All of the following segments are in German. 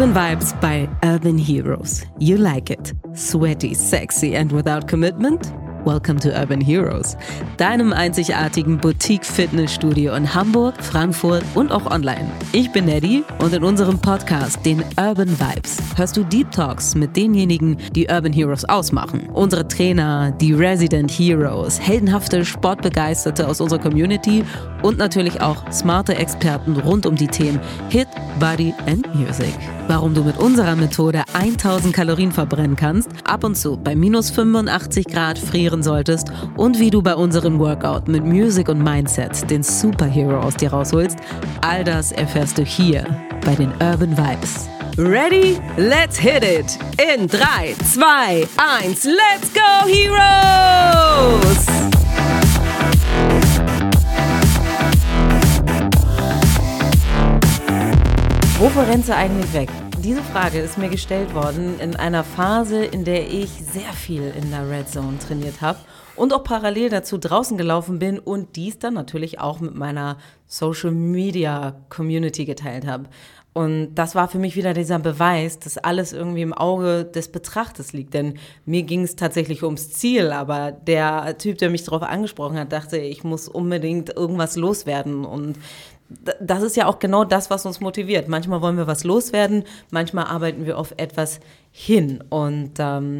Urban Vibes bei Urban Heroes. You like it. Sweaty, sexy and without commitment? Welcome to Urban Heroes, deinem einzigartigen Boutique-Fitnessstudio in Hamburg, Frankfurt und auch online. Ich bin Neddy und in unserem Podcast, den Urban Vibes, hörst du Deep Talks mit denjenigen, die Urban Heroes ausmachen. Unsere Trainer, die Resident Heroes, heldenhafte Sportbegeisterte aus unserer Community und natürlich auch smarte Experten rund um die Themen Hit, Body and Music. Warum du mit unserer Methode 1000 Kalorien verbrennen kannst, ab und zu bei minus 85 Grad frieren solltest und wie du bei unserem Workout mit Music und Mindset den Superhero aus dir rausholst, all das erfährst du hier bei den Urban Vibes. Ready? Let's hit it! In 3, 2, 1, let's go Heroes! Wovor rennst du eigentlich weg? Diese Frage ist mir gestellt worden in einer Phase, in der ich sehr viel in der Red Zone trainiert habe und auch parallel dazu draußen gelaufen bin und dies dann natürlich auch mit meiner Social Media Community geteilt habe. Und das war für mich wieder dieser Beweis, dass alles irgendwie im Auge des Betrachters liegt. Denn mir ging es tatsächlich ums Ziel, aber der Typ, der mich darauf angesprochen hat, dachte, ich muss unbedingt irgendwas loswerden. Und das ist ja auch genau das, was uns motiviert. Manchmal wollen wir was loswerden, manchmal arbeiten wir auf etwas hin. Und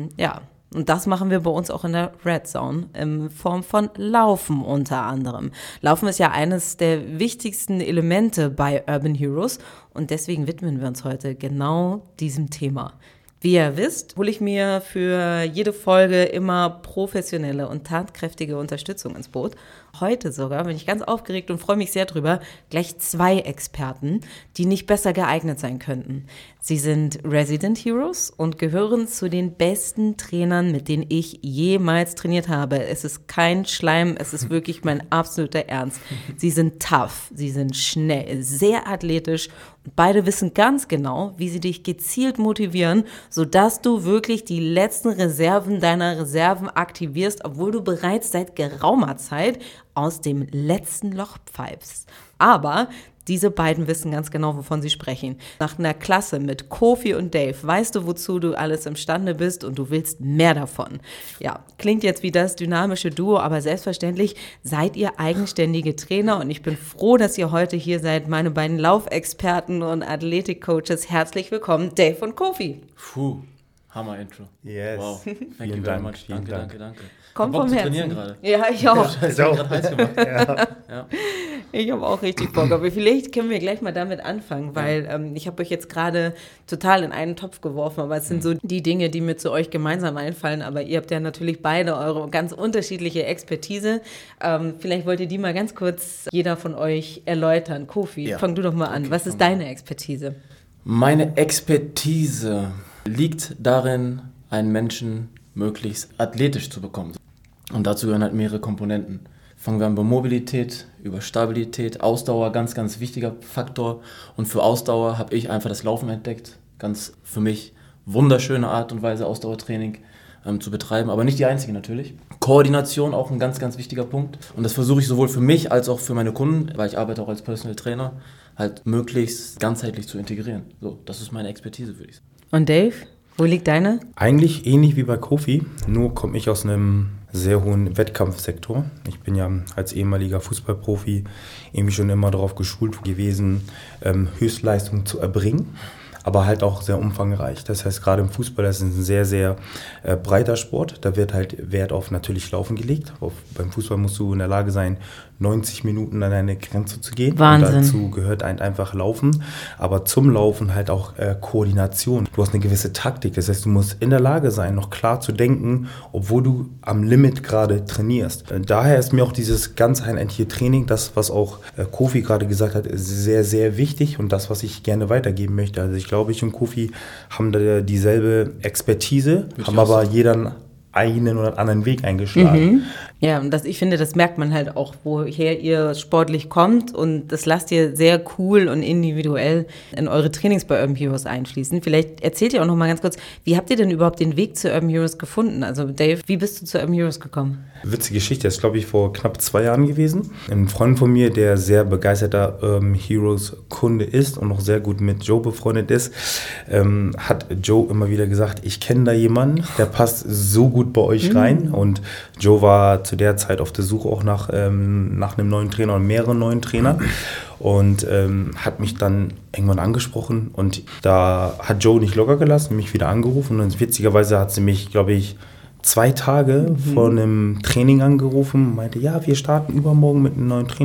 und das machen wir bei uns auch in der Red Zone in Form von Laufen unter anderem. Laufen ist ja eines der wichtigsten Elemente bei Urban Heroes und deswegen widmen wir uns heute genau diesem Thema. Wie ihr wisst, hole ich mir für jede Folge immer professionelle und tatkräftige Unterstützung ins Boot. Heute sogar, bin ich ganz aufgeregt und freue mich sehr drüber, gleich 2 Experten, die nicht besser geeignet sein könnten. Sie sind Resident Heroes und gehören zu den besten Trainern, mit denen ich jemals trainiert habe. Es ist kein Schleim, es ist wirklich mein absoluter Ernst. Sie sind tough, sie sind schnell, sehr athletisch und beide wissen ganz genau, wie sie dich gezielt motivieren, sodass du wirklich die letzten Reserven deiner Reserven aktivierst, obwohl du bereits seit geraumer Zeit aus dem letzten Loch pfeifst. Aber diese beiden wissen ganz genau, wovon sie sprechen. Nach einer Klasse mit Kofi und Dave weißt du, wozu du alles imstande bist und du willst mehr davon. Ja, klingt jetzt wie das dynamische Duo, aber selbstverständlich seid ihr eigenständige Trainer und ich bin froh, dass ihr heute hier seid, meine beiden Laufexperten und Athletikcoaches. Herzlich willkommen, Dave und Kofi. Puh, Hammer-Intro. Yes. Wow, thank you very much. Danke. Kommt vom zu Herzen. Trainieren gerade. Ja, ich auch. Ich habe gerade heiß gemacht. Ja. Ich habe auch richtig Bock, aber vielleicht können wir gleich mal damit anfangen, weil ich habe euch jetzt gerade total in einen Topf geworfen, aber es sind so die Dinge, die mir zu euch gemeinsam einfallen, aber ihr habt ja natürlich beide eure ganz unterschiedliche Expertise. Vielleicht wollt ihr die mal ganz kurz jeder von euch erläutern. Kofi, fang du doch mal an. Okay, was ist deine Expertise? Meine Expertise liegt darin, einen Menschen möglichst athletisch zu bekommen. Und dazu gehören halt mehrere Komponenten. Fangen wir an bei Mobilität, über Stabilität, Ausdauer, ganz, ganz wichtiger Faktor. Und für Ausdauer habe ich einfach das Laufen entdeckt. Ganz für mich wunderschöne Art und Weise, Ausdauertraining zu betreiben, aber nicht die einzige natürlich. Koordination auch ein ganz, ganz wichtiger Punkt. Und das versuche ich sowohl für mich als auch für meine Kunden, weil ich arbeite auch als Personal Trainer, halt möglichst ganzheitlich zu integrieren. So, das ist meine Expertise, würde ich sagen. Und Dave? Wo liegt deine? Eigentlich ähnlich wie bei Kofi, nur komme ich aus einem sehr hohen Wettkampfsektor. Ich bin ja als ehemaliger Fußballprofi irgendwie schon immer darauf geschult gewesen, Höchstleistung zu erbringen, aber halt auch sehr umfangreich. Das heißt, gerade im Fußball, das ist ein sehr, sehr breiter Sport. Da wird halt Wert auf natürlich Laufen gelegt. Beim Fußball musst du in der Lage sein, 90 Minuten an deine Grenze zu gehen. Wahnsinn. Und dazu gehört einfach Laufen, aber zum Laufen halt auch Koordination. Du hast eine gewisse Taktik, das heißt, du musst in der Lage sein, noch klar zu denken, obwohl du am Limit gerade trainierst. Daher ist mir auch dieses ganzheitliche Training, das, was auch Kofi gerade gesagt hat, sehr, sehr wichtig und das, was ich gerne weitergeben möchte. Also ich glaube, ich und Kofi haben da dieselbe Expertise, haben aber jeder einen eigenen oder anderen Weg eingeschlagen. Ja, und ich finde, das merkt man halt auch, woher ihr sportlich kommt und das lasst ihr sehr cool und individuell in eure Trainings bei Urban Heroes einfließen. Vielleicht erzählt ihr auch noch mal ganz kurz, wie habt ihr denn überhaupt den Weg zu Urban Heroes gefunden? Also Dave, wie bist du zu Urban Heroes gekommen? Witzige Geschichte, das ist glaube ich vor knapp 2 Jahren gewesen. Ein Freund von mir, der sehr begeisterter Urban Heroes Kunde ist und noch sehr gut mit Joe befreundet ist, hat Joe immer wieder gesagt, ich kenne da jemanden, der passt so gut bei euch rein. Und Joe war zu der Zeit auf der Suche auch nach einem neuen Trainer und mehreren neuen Trainern und hat mich dann irgendwann angesprochen und da hat Joe nicht locker gelassen, mich wieder angerufen und witzigerweise hat sie mich, glaube ich, 2 Tage vor einem Training angerufen und meinte, ja, wir starten übermorgen mit einem neuen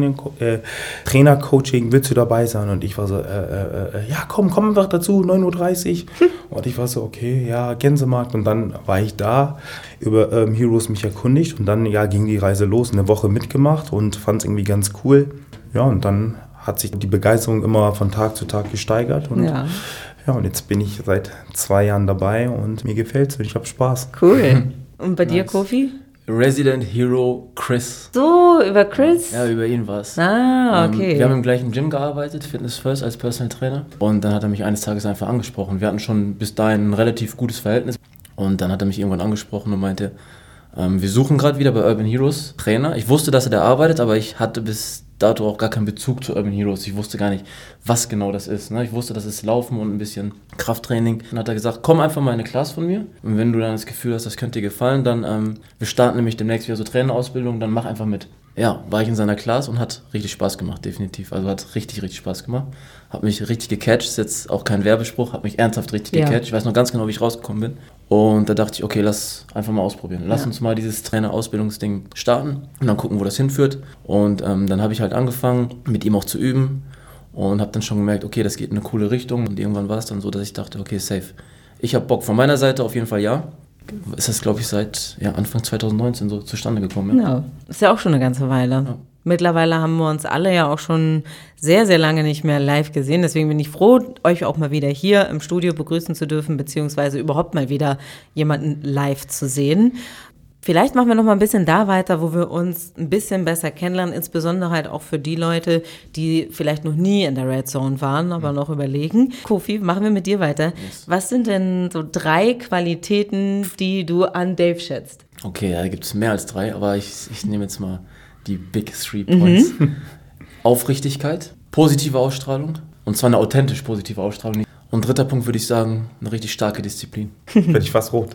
Trainer-Coaching, willst du dabei sein? Und ich war so, ja, komm einfach dazu, 9:30 Uhr. Und ich war so, okay, ja, Gänsemarkt. Und dann war ich da, über Heroes mich erkundigt und dann ging die Reise los, eine Woche mitgemacht und fand es irgendwie ganz cool. Ja, und dann hat sich die Begeisterung immer von Tag zu Tag gesteigert und und jetzt bin ich seit 2 Jahren dabei und mir gefällt's und ich habe Spaß. Cool. Und bei dir, Kofi? Resident Hero Chris. So, über Chris? Ja, über ihn war es. Ah, okay. Wir haben im gleichen Gym gearbeitet, Fitness First als Personal Trainer. Und dann hat er mich eines Tages einfach angesprochen. Wir hatten schon bis dahin ein relativ gutes Verhältnis. Und dann hat er mich irgendwann angesprochen und meinte, wir suchen gerade wieder bei Urban Heroes Trainer. Ich wusste, dass er da arbeitet, aber ich hatte bis dato auch gar keinen Bezug zu Urban Heroes. Ich wusste gar nicht, was genau das ist. Ne? Ich wusste, das ist Laufen und ein bisschen Krafttraining. Dann hat er gesagt, komm einfach mal in eine Class von mir. Und wenn du dann das Gefühl hast, das könnte dir gefallen, dann, wir starten nämlich demnächst wieder so Trainerausbildung, dann mach einfach mit. Ja, war ich in seiner Class und hat richtig Spaß gemacht, definitiv. Also hat richtig, richtig Spaß gemacht. Hat mich richtig gecatcht, ist jetzt auch kein Werbespruch, hat mich ernsthaft richtig gecatcht. Ich weiß noch ganz genau, wie ich rausgekommen bin. Und da dachte ich, okay, lass einfach mal ausprobieren. Lass uns mal dieses Trainerausbildungsding starten und dann gucken, wo das hinführt. Und dann habe ich halt angefangen, mit ihm auch zu üben und habe dann schon gemerkt, okay, das geht in eine coole Richtung. Und irgendwann war es dann so, dass ich dachte, okay, safe. Ich habe Bock von meiner Seite auf jeden Fall, ja. Ist das, glaube ich, seit Anfang 2019 so zustande gekommen. Ja. Genau, ist ja auch schon eine ganze Weile. Ja. Mittlerweile haben wir uns alle ja auch schon sehr, sehr lange nicht mehr live gesehen. Deswegen bin ich froh, euch auch mal wieder hier im Studio begrüßen zu dürfen, beziehungsweise überhaupt mal wieder jemanden live zu sehen. Vielleicht machen wir noch mal ein bisschen da weiter, wo wir uns ein bisschen besser kennenlernen, insbesondere halt auch für die Leute, die vielleicht noch nie in der Red Zone waren, aber noch überlegen. Kofi, machen wir mit dir weiter. Yes. Was sind denn so 3 Qualitäten, die du an Dave schätzt? Okay, da gibt es mehr als 3, aber ich nehme jetzt mal die Big 3 Points. Aufrichtigkeit, positive Ausstrahlung, und zwar eine authentisch positive Ausstrahlung. Und 3. Punkt würde ich sagen, eine richtig starke Disziplin. Bin ich fast rot.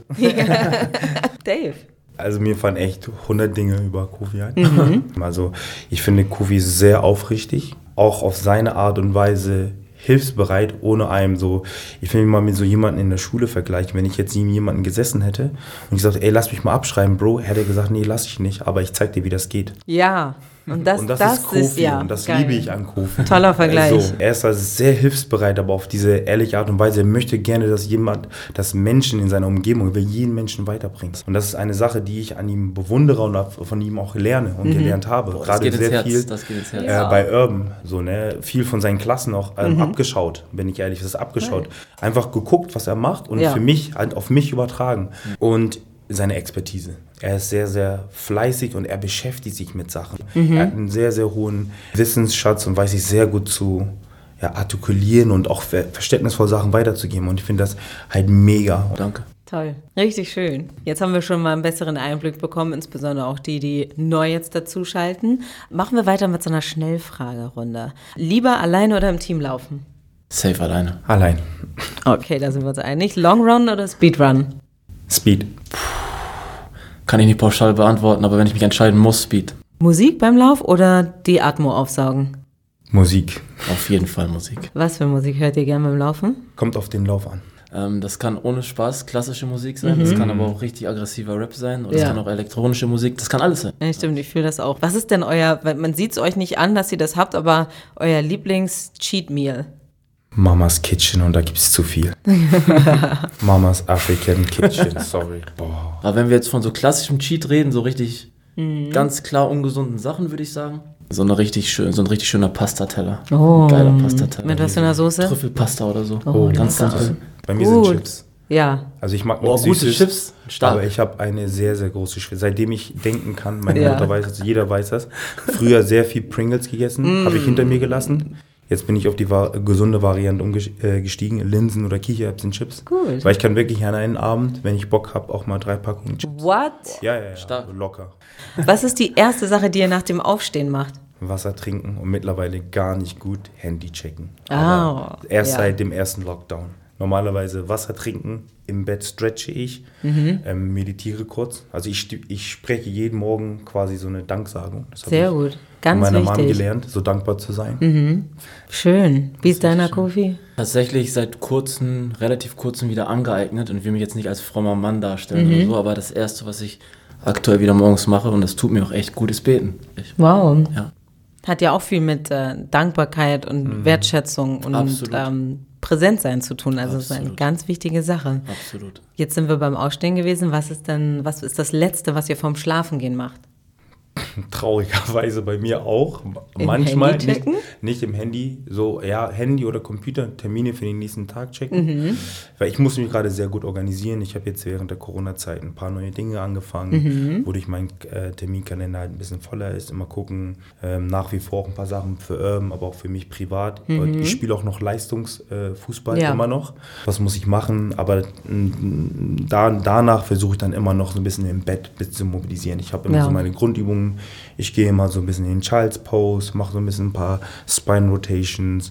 Dave. Also mir fallen echt 100 Dinge über Kofi ein. Also ich finde Kofi sehr aufrichtig, auch auf seine Art und Weise hilfsbereit, ohne einem so, ich will mich mal mit so jemandem in der Schule vergleichen, wenn ich jetzt neben jemanden gesessen hätte und ich sagte, ey, lass mich mal abschreiben, Bro, hätte er gesagt, nee, lass ich nicht, aber ich zeig dir, wie das geht. Ja. Und das ist Kofi ja und das geil. liebe ich an Kofi. Toller Vergleich. Also, er ist also sehr hilfsbereit, aber auf diese ehrliche Art und Weise. Er möchte gerne, dass Menschen in seiner Umgebung, jeden Menschen weiterbringt. Und das ist eine Sache, die ich an ihm bewundere und von ihm auch lerne und gelernt habe. Boah, gerade sehr viel bei Urban, so, ne, viel von seinen Klassen auch abgeschaut, bin ich ehrlich, das ist abgeschaut. Einfach geguckt, was er macht und für mich, halt auf mich übertragen. Und seine Expertise. Er ist sehr, sehr fleißig und er beschäftigt sich mit Sachen. Er hat einen sehr, sehr hohen Wissensschatz und weiß sich sehr gut zu artikulieren und auch verständnisvoll Sachen weiterzugeben. Und ich finde das halt mega. Danke. Toll, richtig schön. Jetzt haben wir schon mal einen besseren Einblick bekommen, insbesondere auch die neu jetzt dazuschalten. Machen wir weiter mit so einer Schnellfragerunde. Lieber alleine oder im Team laufen? Safe alleine. Allein. Okay, da sind wir uns einig. Long Run oder Speed Run? Speed. Kann ich nicht pauschal beantworten, aber wenn ich mich entscheiden muss, Speed. Musik beim Lauf oder die Atmo aufsaugen? Musik. Auf jeden Fall Musik. Was für Musik hört ihr gerne beim Laufen? Kommt auf den Lauf an. Das kann ohne Spaß klassische Musik sein, das kann aber auch richtig aggressiver Rap sein oder es kann auch elektronische Musik, das kann alles sein. Ja, stimmt, ich fühle das auch. Was ist denn man sieht es euch nicht an, dass ihr das habt, aber euer Lieblings-Cheat-Meal? Mamas Kitchen und da gibt es zu viel. Mamas African Kitchen, sorry. Boah. Aber wenn wir jetzt von so klassischem Cheat reden, so richtig ganz klar ungesunden Sachen, würde ich sagen. So ein richtig schöner Pastateller. Oh. Geiler Pastateller. Mit was für einer Soße? Trüffelpasta oder so. Oh, ganz Bei mir sind Chips. Ja. Also ich mag nichts gute Süßes, Chips, stark. aber ich habe eine sehr, sehr große Schwäche. Seitdem ich denken kann, meine Mutter weiß das, jeder weiß das. Früher sehr viel Pringles gegessen, habe ich hinter mir gelassen. Jetzt bin ich auf die gesunde Variante umgestiegen, Linsen- oder Kichererbsen-Chips. Gut. Weil ich kann wirklich an einem Abend, wenn ich Bock habe, auch mal 3 Packungen Chips. What? Ja. Stark. Locker. Was ist die erste Sache, die ihr nach dem Aufstehen macht? Wasser trinken und mittlerweile gar nicht gut Handy checken. Ah, Aber erst ja. seit dem ersten Lockdown. Normalerweise Wasser trinken, im Bett stretche ich, meditiere kurz. Also ich spreche jeden Morgen quasi so eine Danksagung. Das habe Sehr ich gut. Ganz von meiner Mom wichtig. gelernt, so dankbar zu sein. Schön. Wie ist deiner, Kofi? Tatsächlich seit kurzem, relativ kurzem wieder angeeignet und will mich jetzt nicht als frommer Mann darstellen oder so, aber das Erste, was ich aktuell wieder morgens mache, und das tut mir auch echt gut, ist beten. Wow. Ja. Hat ja auch viel mit Dankbarkeit und Wertschätzung und Absolut. Präsentsein zu tun. Also es ist eine Absolut. ganz wichtige Sache. Absolut. Jetzt sind wir beim Aufstehen gewesen. Was ist das Letzte, was ihr vorm Schlafengehen macht? Traurigerweise bei mir auch. Im Manchmal Handy checken? nicht im Handy, so ja, Handy oder Computer, Termine für den nächsten Tag checken. Weil ich muss mich gerade sehr gut organisieren. Ich habe jetzt während der Corona-Zeit ein paar neue Dinge angefangen, wodurch mein Terminkalender halt ein bisschen voller ist. Immer gucken, nach wie vor auch ein paar Sachen für Urban, aber auch für mich privat. Und ich spiele auch noch Leistungsfußball immer noch. Was muss ich machen? Aber danach versuche ich dann immer noch so ein bisschen im Bett zu mobilisieren. Ich habe immer so meine Grundübungen. Ich gehe immer so ein bisschen in den Child's Pose, mache so ein bisschen ein paar Spine Rotations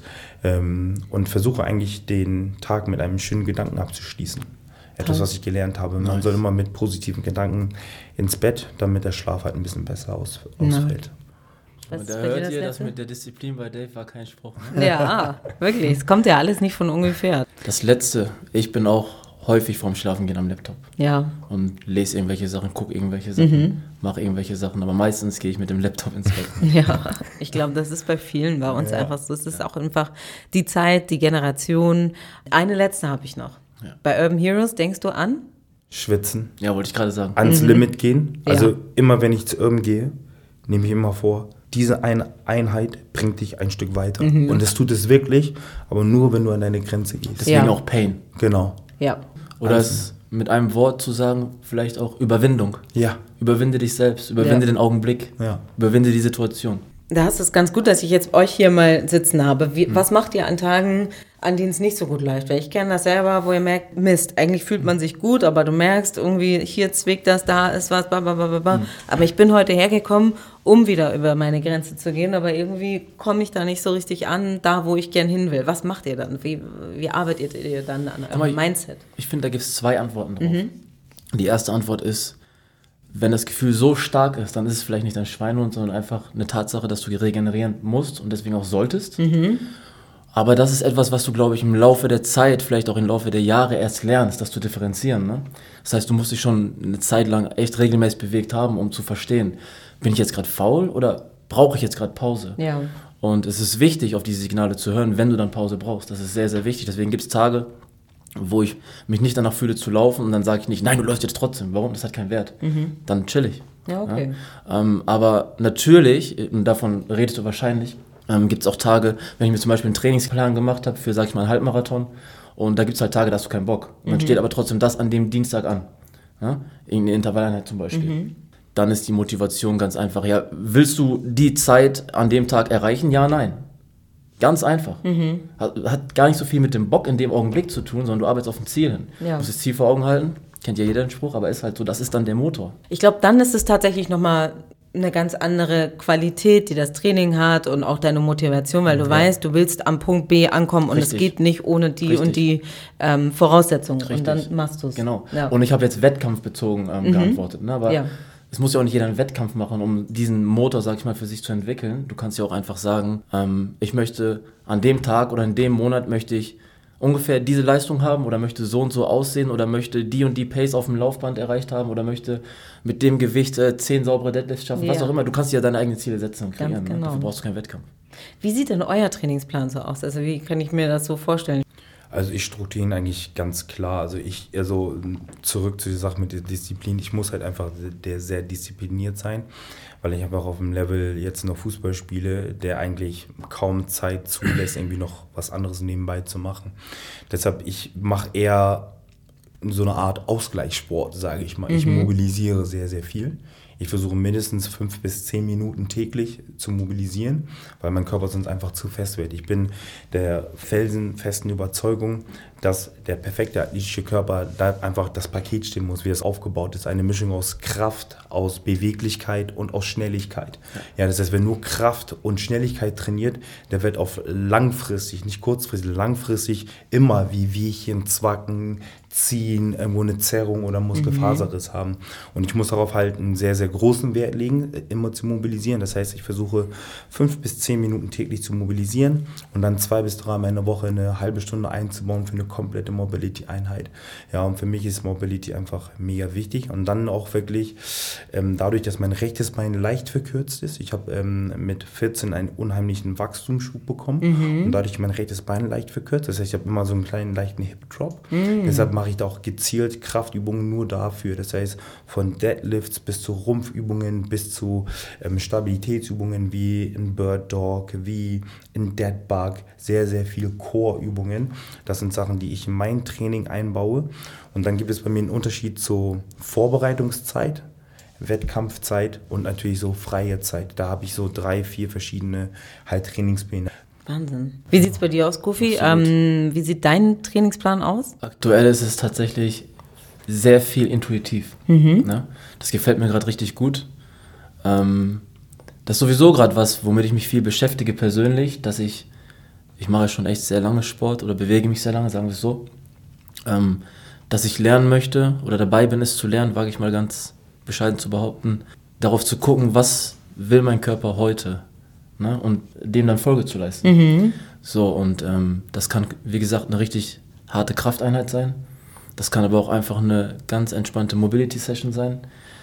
und versuche eigentlich den Tag mit einem schönen Gedanken abzuschließen. Etwas, was ich gelernt habe. Man soll immer mit positiven Gedanken ins Bett, damit der Schlaf halt ein bisschen besser ausfällt. Was ist Da bei dir hört das ihr, das Letzte? mit der Disziplin bei Dave war kein Spruch. Ne? Ja, wirklich. Es kommt ja alles nicht von ungefähr. Das Letzte, ich bin auch häufig vorm Schlafengehen am Laptop Ja. und lese irgendwelche Sachen, gucke irgendwelche Sachen, mache irgendwelche Sachen, aber meistens gehe ich mit dem Laptop ins Bett. Ja, ich glaube, das ist bei vielen bei uns einfach so. Es ist auch einfach die Zeit, die Generation. Eine letzte habe ich noch. Ja. Bei Urban Heroes denkst du an? Schwitzen, Ja, wollte ich gerade sagen. ans Limit gehen. Also Ja. immer, wenn ich zu Urban gehe, nehme ich immer vor, diese eine Einheit bringt dich ein Stück weiter. Und das tut es wirklich, aber nur, wenn du an deine Grenze gehst. Deswegen Ja. auch Pain. Genau. Ja. Oder es mit einem Wort zu sagen, vielleicht auch Überwindung. Ja. Überwinde dich selbst, überwinde den Augenblick, Ja. überwinde die Situation. Da ist es ganz gut, dass ich jetzt euch hier mal sitzen habe. Was macht ihr an Tagen, an denen es nicht so gut läuft? Weil ich kenne das selber, wo ihr merkt, Mist, eigentlich fühlt man sich gut, aber du merkst irgendwie, hier zwickt das, da ist was, blablabla. Aber ich bin heute hergekommen, um wieder über meine Grenze zu gehen, aber irgendwie komme ich da nicht so richtig an, da wo ich gern hin will. Was macht ihr dann? Wie arbeitet ihr dann an eurem Mindset? Ich finde, da gibt es 2 Antworten drauf. Die erste Antwort ist, wenn das Gefühl so stark ist, dann ist es vielleicht nicht ein Schweinehund, sondern einfach eine Tatsache, dass du regenerieren musst und deswegen auch solltest. Aber das ist etwas, was du, glaube ich, im Laufe der Zeit, vielleicht auch im Laufe der Jahre erst lernst, das zu differenzieren. Ne? Das heißt, du musst dich schon eine Zeit lang echt regelmäßig bewegt haben, um zu verstehen, bin ich jetzt gerade faul oder brauche ich jetzt gerade Pause? Ja. Und es ist wichtig, auf diese Signale zu hören, wenn du dann Pause brauchst. Das ist sehr, sehr wichtig. Deswegen gibt es Tage, wo ich mich nicht danach fühle zu laufen und dann sage ich nicht, nein, du läufst jetzt trotzdem. Warum? Das hat keinen Wert. Dann chill ich. Ja, okay. Aber natürlich, und davon redest du wahrscheinlich, gibt es auch Tage, wenn ich mir zum Beispiel einen Trainingsplan gemacht habe für, sag ich mal, einen Halbmarathon und da gibt es halt Tage, da hast du keinen Bock. Und dann steht aber trotzdem das an dem Dienstag an. Ja? Irgendeine Intervalleinheit zum Beispiel. Dann ist die Motivation ganz einfach. Ja, willst du die Zeit an dem Tag erreichen? Ja, nein. Ganz einfach. Hat gar nicht so viel mit dem Bock in dem Augenblick zu tun, sondern du arbeitest auf ein Ziel hin. Ja. Du musst das Ziel vor Augen halten. Kennt ja jeder den Spruch, aber ist halt so, das ist dann der Motor. Ich glaube, dann ist es tatsächlich nochmal eine ganz andere Qualität, die das Training hat und auch deine Motivation, weil du weißt, du willst am Punkt B ankommen und Richtig. es geht nicht ohne die Richtig. und die Voraussetzungen. Richtig. Und dann machst du es. Genau. Ja. Und ich habe jetzt wettkampfbezogen geantwortet. Ne? Aber Ja. es muss ja auch nicht jeder einen Wettkampf machen, um diesen Motor, sag ich mal, für sich zu entwickeln. Du kannst ja auch einfach sagen, ich möchte an dem Tag oder in dem Monat möchte ich ungefähr diese Leistung haben oder möchte so und so aussehen oder möchte die und die Pace auf dem Laufband erreicht haben oder möchte mit dem Gewicht 10 saubere Deadlifts schaffen, was Ja. auch immer. Du kannst dir ja deine eigenen Ziele setzen und Ganz kreieren. genau. Ne? Dafür brauchst du keinen Wettkampf. Wie sieht denn euer Trainingsplan so aus? Also wie kann ich mir das so vorstellen? Also ich strukturiere ihn eigentlich ganz klar. Also zurück zu der Sache mit der Disziplin. Ich muss halt einfach sehr diszipliniert sein, weil ich einfach auf dem Level jetzt noch Fußball spiele, der eigentlich kaum Zeit zulässt, irgendwie noch was anderes nebenbei zu machen. Deshalb, ich mache eher so eine Art Ausgleichssport, sage ich mal. Ich mobilisiere sehr, sehr viel. Ich versuche mindestens 5 bis 10 Minuten täglich zu mobilisieren, weil mein Körper sonst einfach zu fest wird. Ich bin der felsenfesten Überzeugung, dass der perfekte athletische Körper da einfach das Paket stehen muss, wie es aufgebaut ist. Eine Mischung aus Kraft, aus Beweglichkeit und aus Schnelligkeit. Ja, das heißt, wer nur Kraft und Schnelligkeit trainiert, der wird auf langfristig, nicht kurzfristig, langfristig immer wie Wehchen, Zwacken, Ziehen, irgendwo eine Zerrung oder Muskelfaserriss haben. Und ich muss darauf halt einen sehr, sehr großen Wert legen, immer zu mobilisieren. Das heißt, ich versuche 5 bis 10 Minuten täglich zu mobilisieren und dann 2 bis 3 Mal in der Woche eine halbe Stunde einzubauen für eine komplette Mobility-Einheit. Ja, und für mich ist Mobility einfach mega wichtig. Und dann auch wirklich dadurch, dass mein rechtes Bein leicht verkürzt ist. Ich habe mit 14 einen unheimlichen Wachstumsschub bekommen und dadurch mein rechtes Bein leicht verkürzt. Das heißt, ich habe immer so einen kleinen leichten Hip-Drop. Deshalb mache ich da auch gezielt Kraftübungen nur dafür. Das heißt, von Deadlifts bis zu Rumpfübungen, bis zu Stabilitätsübungen wie ein Bird Dog, wie ein Dead Bug, sehr, sehr viel Core-Übungen. Das sind Sachen, die ich in mein Training einbaue. Und dann gibt es bei mir einen Unterschied zur Vorbereitungszeit, Wettkampfzeit und natürlich so freie Zeit. Da habe ich so 3, 4 verschiedene halt Trainingspläne. Wahnsinn. Wie sieht es bei dir aus, Kofi? Wie sieht dein Trainingsplan aus? Aktuell ist es tatsächlich sehr viel intuitiv. Ne? Das gefällt mir gerade richtig gut. Das ist sowieso gerade was, womit ich mich viel beschäftige persönlich, dass ich mache schon echt sehr lange Sport oder bewege mich sehr lange, sagen wir es so, dass ich lernen möchte oder dabei bin, es zu lernen, wage ich mal ganz bescheiden zu behaupten, darauf zu gucken, was will mein Körper heute, ne? Und dem dann Folge zu leisten. So, und das kann, wie gesagt, eine richtig harte Krafteinheit sein. Das kann aber auch einfach eine ganz entspannte Mobility-Session sein.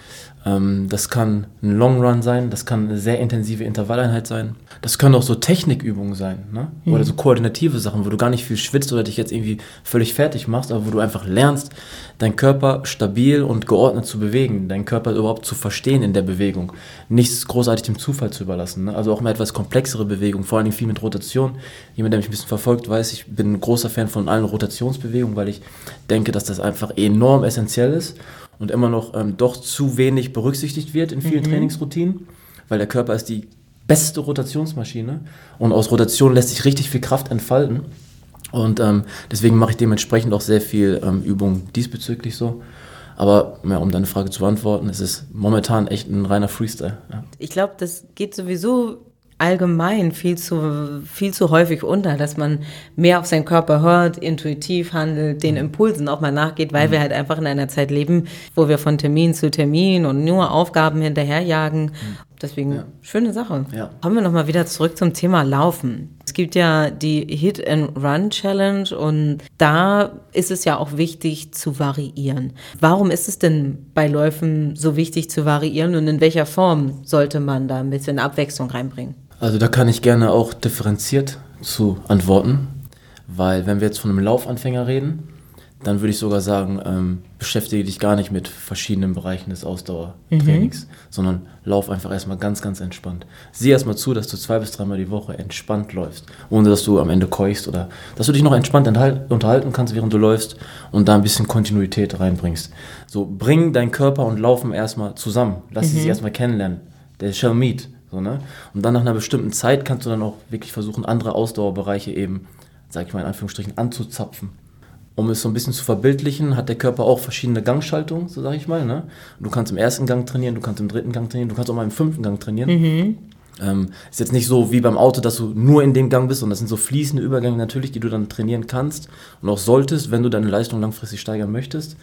Das kann ein Long Run sein, das kann eine sehr intensive Intervalleinheit sein. Das können auch so Technikübungen sein, ne? Oder so koordinative Sachen, wo du gar nicht viel schwitzt oder dich jetzt irgendwie völlig fertig machst, aber wo du einfach lernst, deinen Körper stabil und geordnet zu bewegen, deinen Körper überhaupt zu verstehen in der Bewegung, nichts großartig dem Zufall zu überlassen, ne? Also auch mal etwas komplexere Bewegungen, vor allem viel mit Rotation. Jemand, der mich ein bisschen verfolgt, weiß, ich bin ein großer Fan von allen Rotationsbewegungen, weil ich denke, dass das einfach enorm essentiell ist und immer noch doch zu wenig berücksichtigt wird in vielen Trainingsroutinen, weil der Körper ist die beste Rotationsmaschine und aus Rotation lässt sich richtig viel Kraft entfalten und deswegen mache ich dementsprechend auch sehr viel Übungen diesbezüglich so. Aber ja, um deine Frage zu beantworten, es ist momentan echt ein reiner Freestyle. Ja. Ich glaube, das geht sowieso allgemein viel zu häufig unter, dass man mehr auf seinen Körper hört, intuitiv handelt, den Impulsen auch mal nachgeht, weil wir halt einfach in einer Zeit leben, wo wir von Termin zu Termin und nur Aufgaben hinterherjagen. Deswegen, schöne Sache. Ja. Kommen wir nochmal wieder zurück zum Thema Laufen. Es gibt ja die Hit-and-Run-Challenge und da ist es ja auch wichtig zu variieren. Warum ist es denn bei Läufen so wichtig zu variieren und in welcher Form sollte man da ein bisschen Abwechslung reinbringen? Also da kann ich gerne auch differenziert zu antworten, weil wenn wir jetzt von einem Laufanfänger reden, dann würde ich sogar sagen, beschäftige dich gar nicht mit verschiedenen Bereichen des Ausdauertrainings, sondern lauf einfach erstmal ganz, ganz entspannt. Sieh erstmal zu, dass du 2 bis 3 Mal die Woche entspannt läufst, ohne dass du am Ende keuchst oder dass du dich noch entspannt unterhalten kannst, während du läufst und da ein bisschen Kontinuität reinbringst. So, bring deinen Körper und Laufen erstmal zusammen. Lass sie sich erstmal kennenlernen. They shall meet. So, ne? Und dann nach einer bestimmten Zeit kannst du dann auch wirklich versuchen, andere Ausdauerbereiche eben, sag ich mal in Anführungsstrichen, anzuzapfen. Um es so ein bisschen zu verbildlichen, hat der Körper auch verschiedene Gangschaltungen, so sag ich mal. Ne? Und du kannst im ersten Gang trainieren, du kannst im dritten Gang trainieren, du kannst auch mal im 5. Gang trainieren. Ist jetzt nicht so wie beim Auto, dass du nur in dem Gang bist, sondern das sind so fließende Übergänge natürlich, die du dann trainieren kannst und auch solltest, wenn du deine Leistung langfristig steigern möchtest.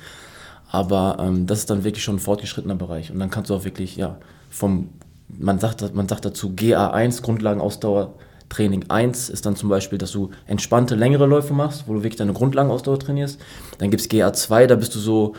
Aber das ist dann wirklich schon ein fortgeschrittener Bereich. Und dann kannst du auch wirklich, ja, man sagt dazu GA1, Grundlagenausdauertraining 1 ist dann zum Beispiel, dass du entspannte, längere Läufe machst, wo du wirklich deine Grundlagenausdauer trainierst. Dann gibt es GA2, da bist du so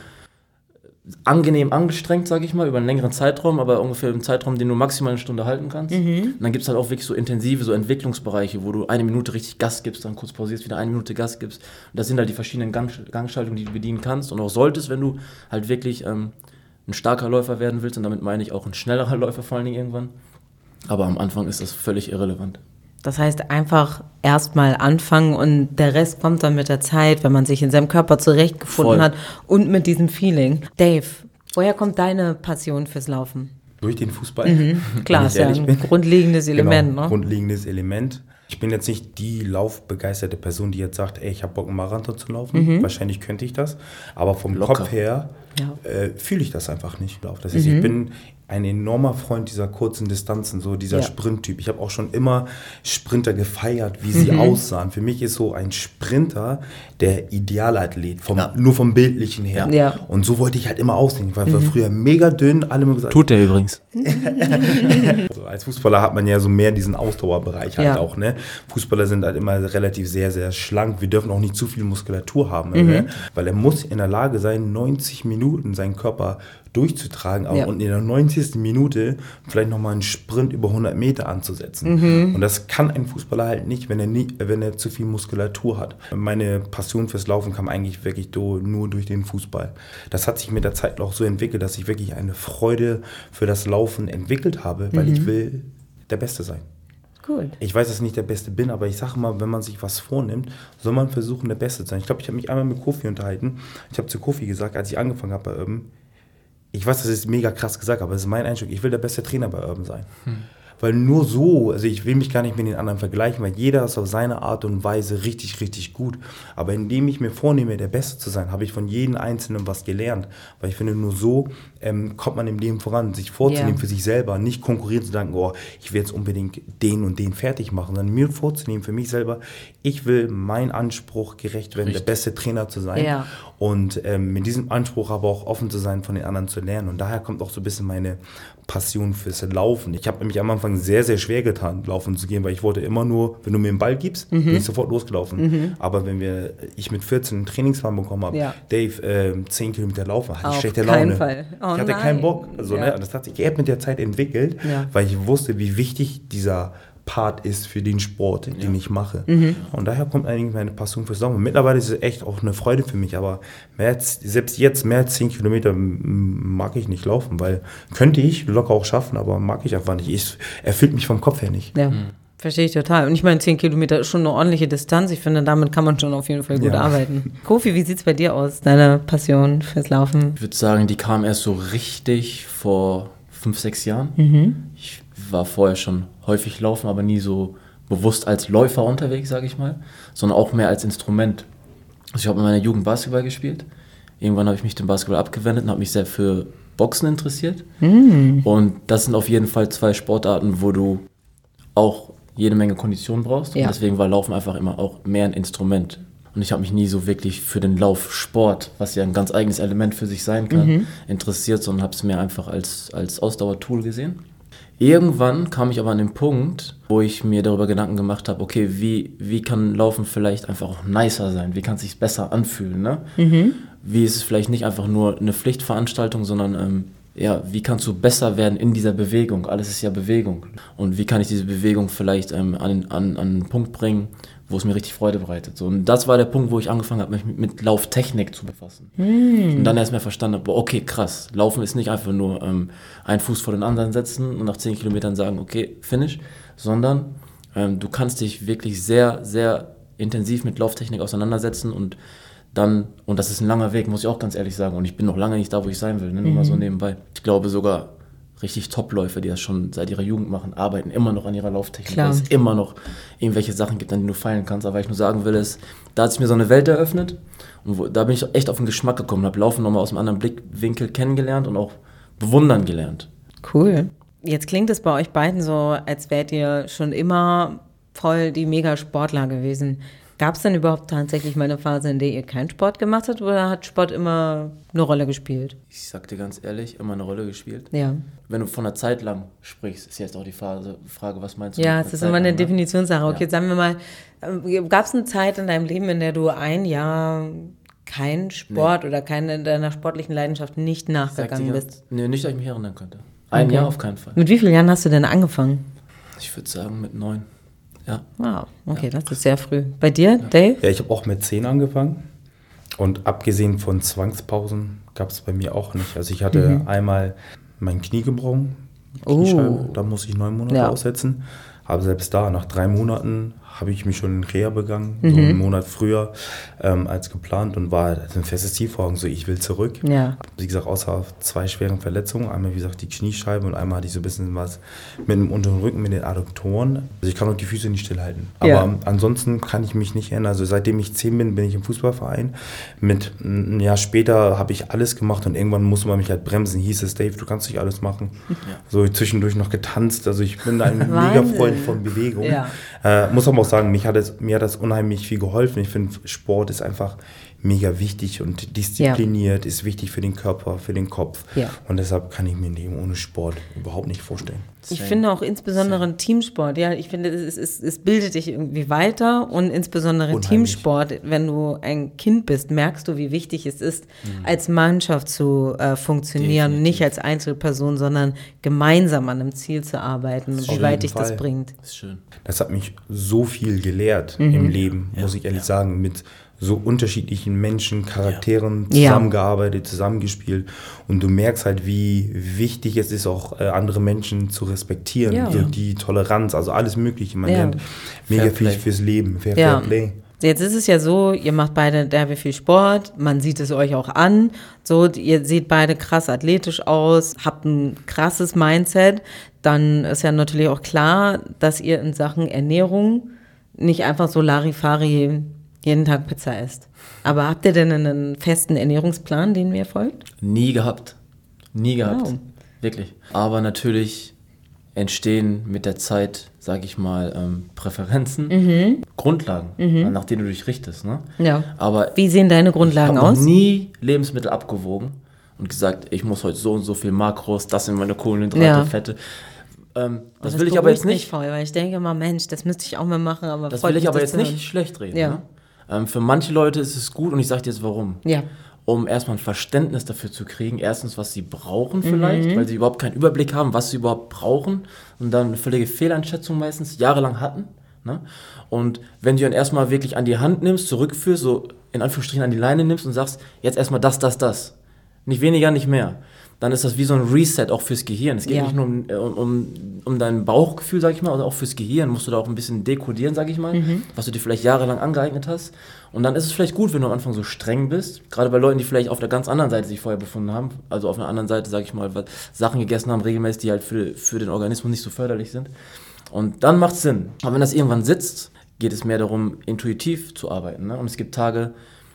angenehm angestrengt, sage ich mal, über einen längeren Zeitraum, aber ungefähr im Zeitraum, den du maximal 1 Stunde halten kannst. Und dann gibt es halt auch wirklich so intensive, so Entwicklungsbereiche, wo du 1 Minute richtig Gas gibst, dann kurz pausierst, wieder 1 Minute Gas gibst. Und das sind halt die verschiedenen Gangschaltungen, die du bedienen kannst und auch solltest, wenn du halt wirklich ein starker Läufer werden willst, und damit meine ich auch ein schnellerer Läufer vor allen Dingen irgendwann. Aber am Anfang ist das völlig irrelevant. Das heißt, einfach erstmal anfangen und der Rest kommt dann mit der Zeit, wenn man sich in seinem Körper zurechtgefunden hat und mit diesem Feeling. Dave, woher kommt deine Passion fürs Laufen? Durch den Fußball. Klar, ist ja ein grundlegendes Element. Genau, ne? Grundlegendes Element. Ich bin jetzt nicht die laufbegeisterte Person, die jetzt sagt, ey, ich habe Bock, einen Marathon zu laufen. Wahrscheinlich könnte ich das. Aber vom Kopf her fühle ich das einfach nicht. Das heißt, ich bin ein enormer Freund dieser kurzen Distanzen, so dieser Sprinttyp. Ich habe auch schon immer Sprinter gefeiert, wie sie aussahen. Für mich ist so ein Sprinter der Idealathlet, nur vom Bildlichen her. Ja. Und so wollte ich halt immer aussehen. Ich war früher mega dünn, alle haben gesagt... Tut er übrigens. Also als Fußballer hat man ja so mehr diesen Ausdauerbereich halt auch, ne? Fußballer sind halt immer relativ sehr, sehr schlank. Wir dürfen auch nicht zu viel Muskulatur haben, ne? Weil er muss in der Lage sein, 90 Minuten seinen Körper durchzutragen und in der 90. Minute vielleicht nochmal einen Sprint über 100 Meter anzusetzen. Und das kann ein Fußballer halt nicht, wenn er zu viel Muskulatur hat. Meine Passion fürs Laufen kam eigentlich wirklich nur durch den Fußball. Das hat sich mit der Zeit auch so entwickelt, dass ich wirklich eine Freude für das Laufen entwickelt habe, weil ich will der Beste sein. Gut. Ich weiß, dass ich nicht der Beste bin, aber ich sage mal, wenn man sich was vornimmt, soll man versuchen, der Beste zu sein. Ich glaube, ich habe mich einmal mit Kofi unterhalten. Ich habe zu Kofi gesagt, als ich angefangen habe bei Urban, ich weiß, das ist mega krass gesagt, aber das ist mein Eindruck, ich will der beste Trainer bei Urban sein. Weil nur so, also ich will mich gar nicht mit den anderen vergleichen, weil jeder ist auf seine Art und Weise richtig, richtig gut. Aber indem ich mir vornehme, der Beste zu sein, habe ich von jedem Einzelnen was gelernt. Weil ich finde, nur so kommt man im Leben voran, sich vorzunehmen für sich selber, nicht konkurrieren zu denken, oh, ich will jetzt unbedingt den und den fertig machen, sondern mir vorzunehmen für mich selber, ich will meinen Anspruch gerecht werden, der beste Trainer zu sein. Ja. Und mit diesem Anspruch aber auch offen zu sein, von den anderen zu lernen. Und daher kommt auch so ein bisschen meine Passion fürs Laufen. Ich habe mich am Anfang sehr, sehr schwer getan, laufen zu gehen, weil ich wollte immer nur, wenn du mir den Ball gibst, bin ich sofort losgelaufen. Aber wenn ich mit 14 einen Trainingsplan bekommen habe, Dave, 10 Kilometer laufen, hatte ich schlechte Laune. Fall. Oh, ich hatte keinen Bock. Also, ne, das hat sich erst mit der Zeit entwickelt, weil ich wusste, wie wichtig dieser Part ist für den Sport, den ich mache. Und daher kommt eigentlich meine Passion fürs Laufen. Mittlerweile ist es echt auch eine Freude für mich, aber selbst jetzt mehr als 10 Kilometer mag ich nicht laufen, weil könnte ich locker auch schaffen, aber mag ich einfach nicht. Es erfüllt mich vom Kopf her nicht. Ja. Verstehe ich total. Und ich meine, 10 Kilometer ist schon eine ordentliche Distanz. Ich finde, damit kann man schon auf jeden Fall gut arbeiten. Kofi, wie sieht es bei dir aus, deine Passion fürs Laufen? Ich würde sagen, die kam erst so richtig vor 5-6 Jahren. Ich war vorher schon häufig laufen, aber nie so bewusst als Läufer unterwegs, sage ich mal, sondern auch mehr als Instrument. Also ich habe in meiner Jugend Basketball gespielt. Irgendwann habe ich mich dem Basketball abgewendet und habe mich sehr für Boxen interessiert. Und das sind auf jeden Fall 2 Sportarten, wo du auch jede Menge Kondition brauchst. Und deswegen war Laufen einfach immer auch mehr ein Instrument. Und ich habe mich nie so wirklich für den Laufsport, was ja ein ganz eigenes Element für sich sein kann, interessiert, sondern habe es mehr einfach als Ausdauertool gesehen. Irgendwann kam ich aber an den Punkt, wo ich mir darüber Gedanken gemacht habe, okay, wie kann Laufen vielleicht einfach auch nicer sein? Wie kann es sich besser anfühlen? Ne? Wie ist es vielleicht nicht einfach nur eine Pflichtveranstaltung, sondern wie kannst du besser werden in dieser Bewegung? Alles ist ja Bewegung. Und wie kann ich diese Bewegung vielleicht an einen Punkt bringen, wo es mir richtig Freude bereitet? So, und das war der Punkt, wo ich angefangen habe, mich mit Lauftechnik zu befassen. Und dann erst mal verstanden habe, okay, krass, Laufen ist nicht einfach nur einen Fuß vor den anderen setzen und nach 10 Kilometern sagen, okay, finish, sondern du kannst dich wirklich sehr, sehr intensiv mit Lauftechnik auseinandersetzen und das ist ein langer Weg, muss ich auch ganz ehrlich sagen. Und ich bin noch lange nicht da, wo ich sein will, ne? Nur mal so nebenbei. Ich glaube sogar, richtig Top-Läufer, die das schon seit ihrer Jugend machen, arbeiten immer noch an ihrer Lauftechnik. Weil es immer noch irgendwelche Sachen gibt, an denen du feilen kannst. Aber was ich nur sagen will, ist, da hat es mir so eine Welt eröffnet. Und da bin ich echt auf den Geschmack gekommen, habe Laufen nochmal aus einem anderen Blickwinkel kennengelernt und auch bewundern gelernt. Cool. Jetzt klingt es bei euch beiden so, als wärt ihr schon immer voll die Mega-Sportler gewesen. Gab es denn überhaupt tatsächlich mal eine Phase, in der ihr keinen Sport gemacht habt, oder hat Sport immer eine Rolle gespielt? Ich sag dir ganz ehrlich, immer eine Rolle gespielt. Ja. Wenn du von einer Zeit lang sprichst, ist jetzt auch die Frage, was meinst du? Ja, es ist immer eine Definitionssache. Okay, jetzt sagen wir mal, gab es eine Zeit in deinem Leben, in der du ein Jahr keinen Sport oder keine deiner sportlichen Leidenschaft nicht nachgegangen bist? Nee, nicht, dass ich mich erinnern könnte. Ein Jahr auf keinen Fall. Mit wie vielen Jahren hast du denn angefangen? Ich würde sagen mit 9. Ja. Wow, okay, das ist sehr früh. Bei dir, Dave? Ja, ich habe auch mit 10 angefangen. Und abgesehen von Zwangspausen gab es bei mir auch nicht. Also ich hatte einmal mein Knie gebrochen Kniescheibe. Da muss ich 9 Monate aussetzen. Aber selbst da, nach 3 Monaten habe ich mich schon in Reha begangen, so einen Monat früher als geplant und war ein festes Ziel vor Augen, so ich will zurück. Ja. Wie gesagt, außer 2 schweren Verletzungen, einmal wie gesagt die Kniescheibe und einmal hatte ich so ein bisschen was mit dem unteren Rücken, mit den Adduktoren. Also ich kann auch die Füße nicht stillhalten. Aber ansonsten kann ich mich nicht ändern. Also seitdem ich 10 bin, bin ich im Fußballverein. Mit ein Jahr später habe ich alles gemacht und irgendwann musste man mich halt bremsen. Hieß es, Dave, du kannst nicht alles machen. Ja. So zwischendurch noch getanzt. Also ich bin ein mega Freund von Bewegung. Ja. Muss aber auch sagen, mir hat das unheimlich viel geholfen. Ich finde, Sport ist einfach mega wichtig und diszipliniert, ist wichtig für den Körper, für den Kopf. Ja. Und deshalb kann ich mir ein Leben ohne Sport überhaupt nicht vorstellen. Ich finde auch insbesondere ein Teamsport, ich finde, es bildet dich irgendwie weiter und insbesondere unheimlich. Teamsport, wenn du ein Kind bist, merkst du, wie wichtig es ist, als Mannschaft zu funktionieren, definitiv. Nicht als Einzelperson, sondern gemeinsam an einem Ziel zu arbeiten und wie weit dich das bringt. Das ist schön. Das hat mich so viel gelehrt im Leben, muss ich ehrlich sagen, mit so unterschiedlichen Menschen, Charakteren zusammengearbeitet, zusammengespielt und du merkst halt, wie wichtig es ist, auch andere Menschen zu respektieren, so die Toleranz, also alles Mögliche, man lernt mega viel fürs Leben, Fair Play. Jetzt ist es ja so, ihr macht beide derbe viel Sport, man sieht es euch auch an, so, ihr seht beide krass athletisch aus, habt ein krasses Mindset, dann ist ja natürlich auch klar, dass ihr in Sachen Ernährung nicht einfach so Larifari jeden Tag Pizza isst. Aber habt ihr denn einen festen Ernährungsplan, den ihr folgt? Nie gehabt. Wow. Wirklich. Aber natürlich entstehen mit der Zeit, sage ich mal, Präferenzen, Grundlagen, nach denen du dich richtest. Ne? Ja. Aber wie sehen deine Grundlagen aus? Ich habe noch nie Lebensmittel abgewogen und gesagt, ich muss heute so und so viel Makros, das sind meine Kohlenhydrate, Fette. Das will ich aber jetzt nicht. Voll, weil ich denke immer, Mensch, das müsste ich auch mal machen. Aber das will ich aber jetzt nicht schlecht reden. Ja. Ne? Für manche Leute ist es gut und ich sage dir jetzt warum. Ja. Um erstmal ein Verständnis dafür zu kriegen, erstens, was sie brauchen vielleicht, weil sie überhaupt keinen Überblick haben, was sie überhaupt brauchen und dann eine völlige Fehleinschätzung meistens jahrelang hatten. Ne? Und wenn du dann erstmal wirklich an die Hand nimmst, zurückführst, so in Anführungsstrichen an die Leine nimmst und sagst, jetzt erstmal das. Nicht weniger, nicht mehr. Dann ist das wie so ein Reset auch fürs Gehirn. Es geht nicht nur um dein Bauchgefühl, sag ich mal, oder auch fürs Gehirn. Musst du da auch ein bisschen dekodieren, sag ich mal, was du dir vielleicht jahrelang angeeignet hast. Und dann ist es vielleicht gut, wenn du am Anfang so streng bist. Gerade bei Leuten, die vielleicht auf der ganz anderen Seite sich vorher befunden haben. Also auf einer anderen Seite, sag ich mal, Sachen gegessen haben, regelmäßig, die halt für den Organismus nicht so förderlich sind. Und dann macht es Sinn. Aber wenn das irgendwann sitzt, geht es mehr darum, intuitiv zu arbeiten. Ne? Und es gibt Tage,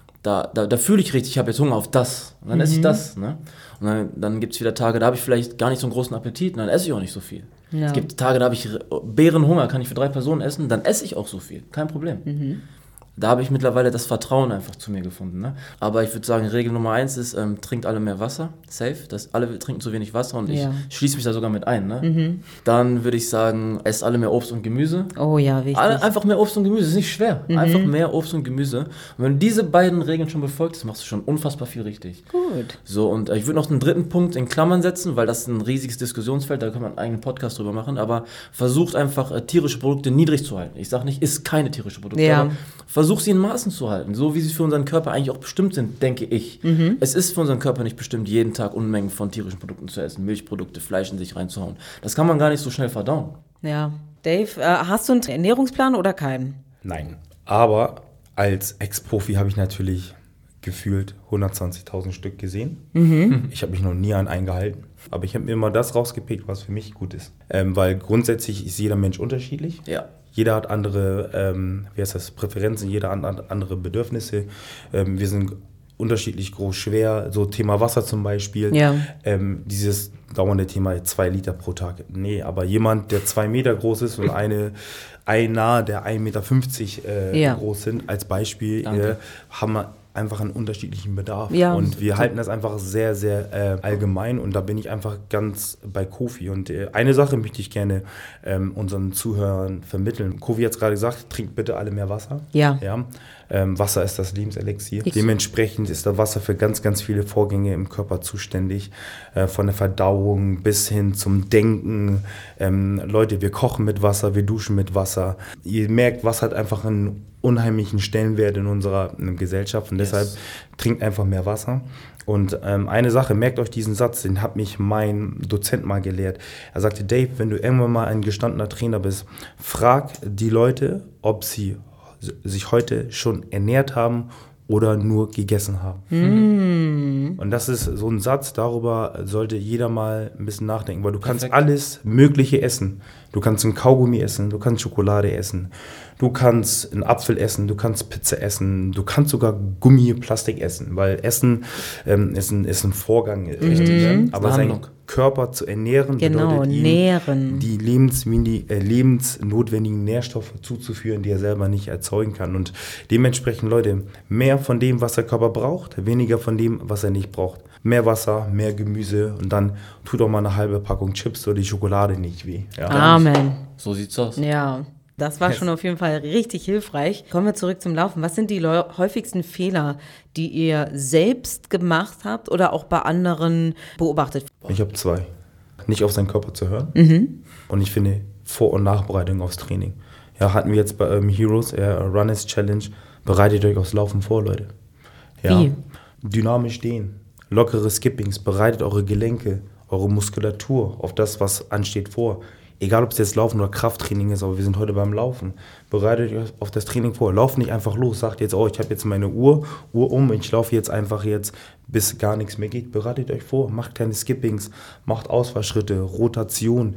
da fühle ich richtig, ich habe jetzt Hunger auf das. Und dann esse ich das. Ne? Und dann gibt es wieder Tage, da habe ich vielleicht gar nicht so einen großen Appetit und dann esse ich auch nicht so viel. Ja. Es gibt Tage, da habe ich Bärenhunger, kann ich für 3 Personen essen, dann esse ich auch so viel. Kein Problem. Da habe ich mittlerweile das Vertrauen einfach zu mir gefunden. Ne? Aber ich würde sagen, Regel Nummer 1 ist, trinkt alle mehr Wasser, safe. Alle trinken zu wenig Wasser und ich schließe mich da sogar mit ein. Ne? Dann würde ich sagen, esst alle mehr Obst und Gemüse. Oh ja, wichtig. Einfach mehr Obst und Gemüse, ist nicht schwer. Einfach mehr Obst und Gemüse. Und wenn du diese beiden Regeln schon befolgst, machst du schon unfassbar viel richtig. Gut. So, und ich würde noch einen 3. Punkt in Klammern setzen, weil das ist ein riesiges Diskussionsfeld, da kann man einen eigenen Podcast drüber machen, aber versucht einfach tierische Produkte niedrig zu halten. Ich sage nicht, isst keine tierischen Produkte, aber versuch sie in Maßen zu halten, so wie sie für unseren Körper eigentlich auch bestimmt sind, denke ich. Es ist für unseren Körper nicht bestimmt, jeden Tag Unmengen von tierischen Produkten zu essen, Milchprodukte, Fleisch in sich reinzuhauen. Das kann man gar nicht so schnell verdauen. Ja. Dave, hast du einen Ernährungsplan oder keinen? Nein, aber als Ex-Profi habe ich natürlich gefühlt 120.000 Stück gesehen. Ich habe mich noch nie an einen gehalten. Aber ich habe mir immer das rausgepickt, was für mich gut ist. Weil grundsätzlich ist jeder Mensch unterschiedlich. Ja. Jeder hat andere Präferenzen, jeder hat andere Bedürfnisse. Wir sind unterschiedlich groß, schwer. So Thema Wasser zum Beispiel. Ja. Dieses dauernde Thema 2 Liter pro Tag. Nee, aber jemand, der 2 Meter groß ist und einer, der 1,50 Meter groß sind, als Beispiel, haben wir einfach einen unterschiedlichen Bedarf. Ja. Und wir halten das einfach sehr, sehr allgemein und da bin ich einfach ganz bei Kofi. Und eine Sache möchte ich gerne unseren Zuhörern vermitteln. Kofi hat es gerade gesagt, trinkt bitte alle mehr Wasser. Ja. Wasser ist das Lebenselixier. Dementsprechend ist das Wasser für ganz, ganz viele Vorgänge im Körper zuständig. Von der Verdauung bis hin zum Denken. Leute, wir kochen mit Wasser, wir duschen mit Wasser. Ihr merkt, Wasser hat einfach einen unheimlichen Stellenwert in unserer Gesellschaft und deshalb trinkt einfach mehr Wasser. Und eine Sache, merkt euch diesen Satz, den hat mich mein Dozent mal gelehrt. Er sagte, Dave, wenn du irgendwann mal ein gestandener Trainer bist, frag die Leute, ob sie sich heute schon ernährt haben oder nur gegessen haben. Und das ist so ein Satz, darüber sollte jeder mal ein bisschen nachdenken, weil du kannst alles Mögliche essen. Du kannst einen Kaugummi essen, du kannst Schokolade essen, du kannst einen Apfel essen, du kannst Pizza essen, du kannst sogar Gummi, Plastik essen, weil Essen ist ein Vorgang, richtig, aber seinen Körper zu ernähren bedeutet ihm, die lebensnotwendigen Nährstoffe zuzuführen, die er selber nicht erzeugen kann. Und dementsprechend, Leute, mehr von dem, was der Körper braucht, weniger von dem, was er nicht braucht. Mehr Wasser, mehr Gemüse und dann tut auch mal eine halbe Packung Chips oder die Schokolade nicht weh. Ja. Amen. So sieht's aus. Ja, das war schon auf jeden Fall richtig hilfreich. Kommen wir zurück zum Laufen. Was sind die häufigsten Fehler, die ihr selbst gemacht habt oder auch bei anderen beobachtet? Ich habe 2. Nicht auf seinen Körper zu hören. Und ich finde Vor- und Nachbereitung aufs Training. Ja, hatten wir jetzt bei Urban Heroes, Runners Challenge, bereitet euch aufs Laufen vor, Leute. Ja. Wie? Dynamisch dehnen. Lockere Skippings, bereitet eure Gelenke, eure Muskulatur auf das, was ansteht vor. Egal, ob es jetzt Laufen oder Krafttraining ist, aber wir sind heute beim Laufen. Bereitet euch auf das Training vor. Lauft nicht einfach los, sagt jetzt, ich habe jetzt meine Uhr um, ich laufe jetzt einfach bis gar nichts mehr geht. Bereitet euch vor, macht kleine Skippings, macht Ausfallschritte, Rotation,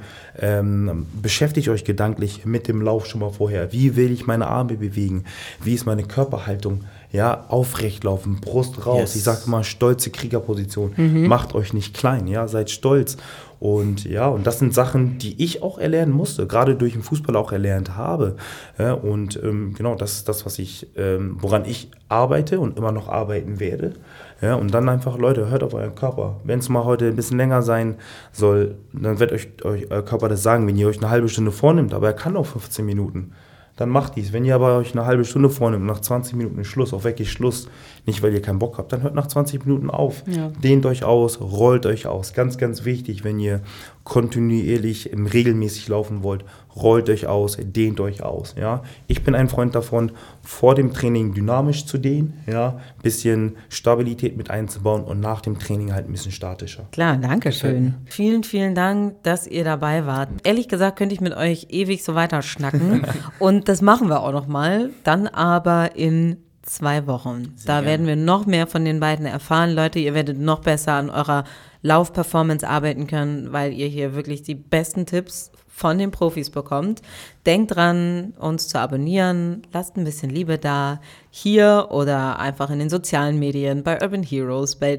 beschäftigt euch gedanklich mit dem Lauf schon mal vorher. Wie will ich meine Arme bewegen? Wie ist meine Körperhaltung? Ja, aufrecht laufen, Brust raus. Ich sage immer, stolze Kriegerposition. Macht euch nicht klein, ja, seid stolz. Und ja, und das sind Sachen, die ich auch erlernen musste, gerade durch den Fußball auch erlernt habe. Ja, und genau, das ist das, woran ich arbeite und immer noch arbeiten werde. Ja, und dann einfach, Leute, hört auf euren Körper. Wenn es mal heute ein bisschen länger sein soll, dann wird euch euer Körper das sagen, wenn ihr euch eine halbe Stunde vornimmt, aber er kann auch 15 Minuten. Dann macht dies. Wenn ihr aber euch eine halbe Stunde vornimmt, nach 20 Minuten ist Schluss, auch wirklich Schluss, nicht weil ihr keinen Bock habt, dann hört nach 20 Minuten auf. Ja. Dehnt euch aus, rollt euch aus. Ganz, ganz wichtig, wenn ihr kontinuierlich, regelmäßig laufen wollt, rollt euch aus, dehnt euch aus. Ja? Ich bin ein Freund davon, vor dem Training dynamisch zu dehnen, ja? Bisschen Stabilität mit einzubauen und nach dem Training halt ein bisschen statischer. Klar, danke schön. Vielen, vielen Dank, dass ihr dabei wart. Ehrlich gesagt könnte ich mit euch ewig so weiter schnacken und das machen wir auch noch mal, dann aber in 2 Wochen. Da werden wir noch mehr von den beiden erfahren. Leute, ihr werdet noch besser an eurer Laufperformance arbeiten können, weil ihr hier wirklich die besten Tipps von den Profis bekommt. Denkt dran, uns zu abonnieren. Lasst ein bisschen Liebe da. Hier oder einfach in den sozialen Medien, bei Urban Heroes, bei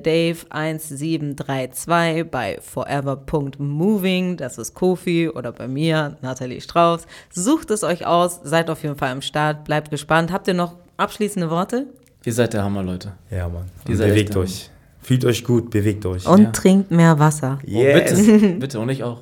Dave1732, bei forever.moving, das ist Kofi, oder bei mir, Nathalie Strauß. Sucht es euch aus, seid auf jeden Fall am Start, bleibt gespannt. Habt ihr noch abschließende Worte? Ihr seid der Hammer, Leute. Ja, Mann. Bewegt euch. Fühlt euch gut, bewegt euch. Und trinkt mehr Wasser. Yes. Bitte, und ich auch.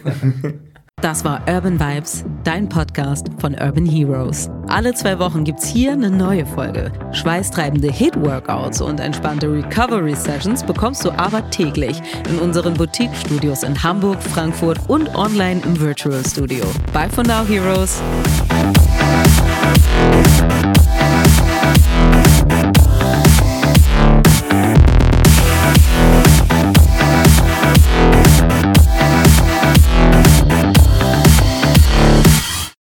Das war Urban Vibes, dein Podcast von Urban Heroes. Alle 2 Wochen gibt's hier eine neue Folge. Schweißtreibende Hit-Workouts und entspannte Recovery-Sessions bekommst du aber täglich in unseren Boutique-Studios in Hamburg, Frankfurt und online im Virtual Studio. Bye for now, Heroes.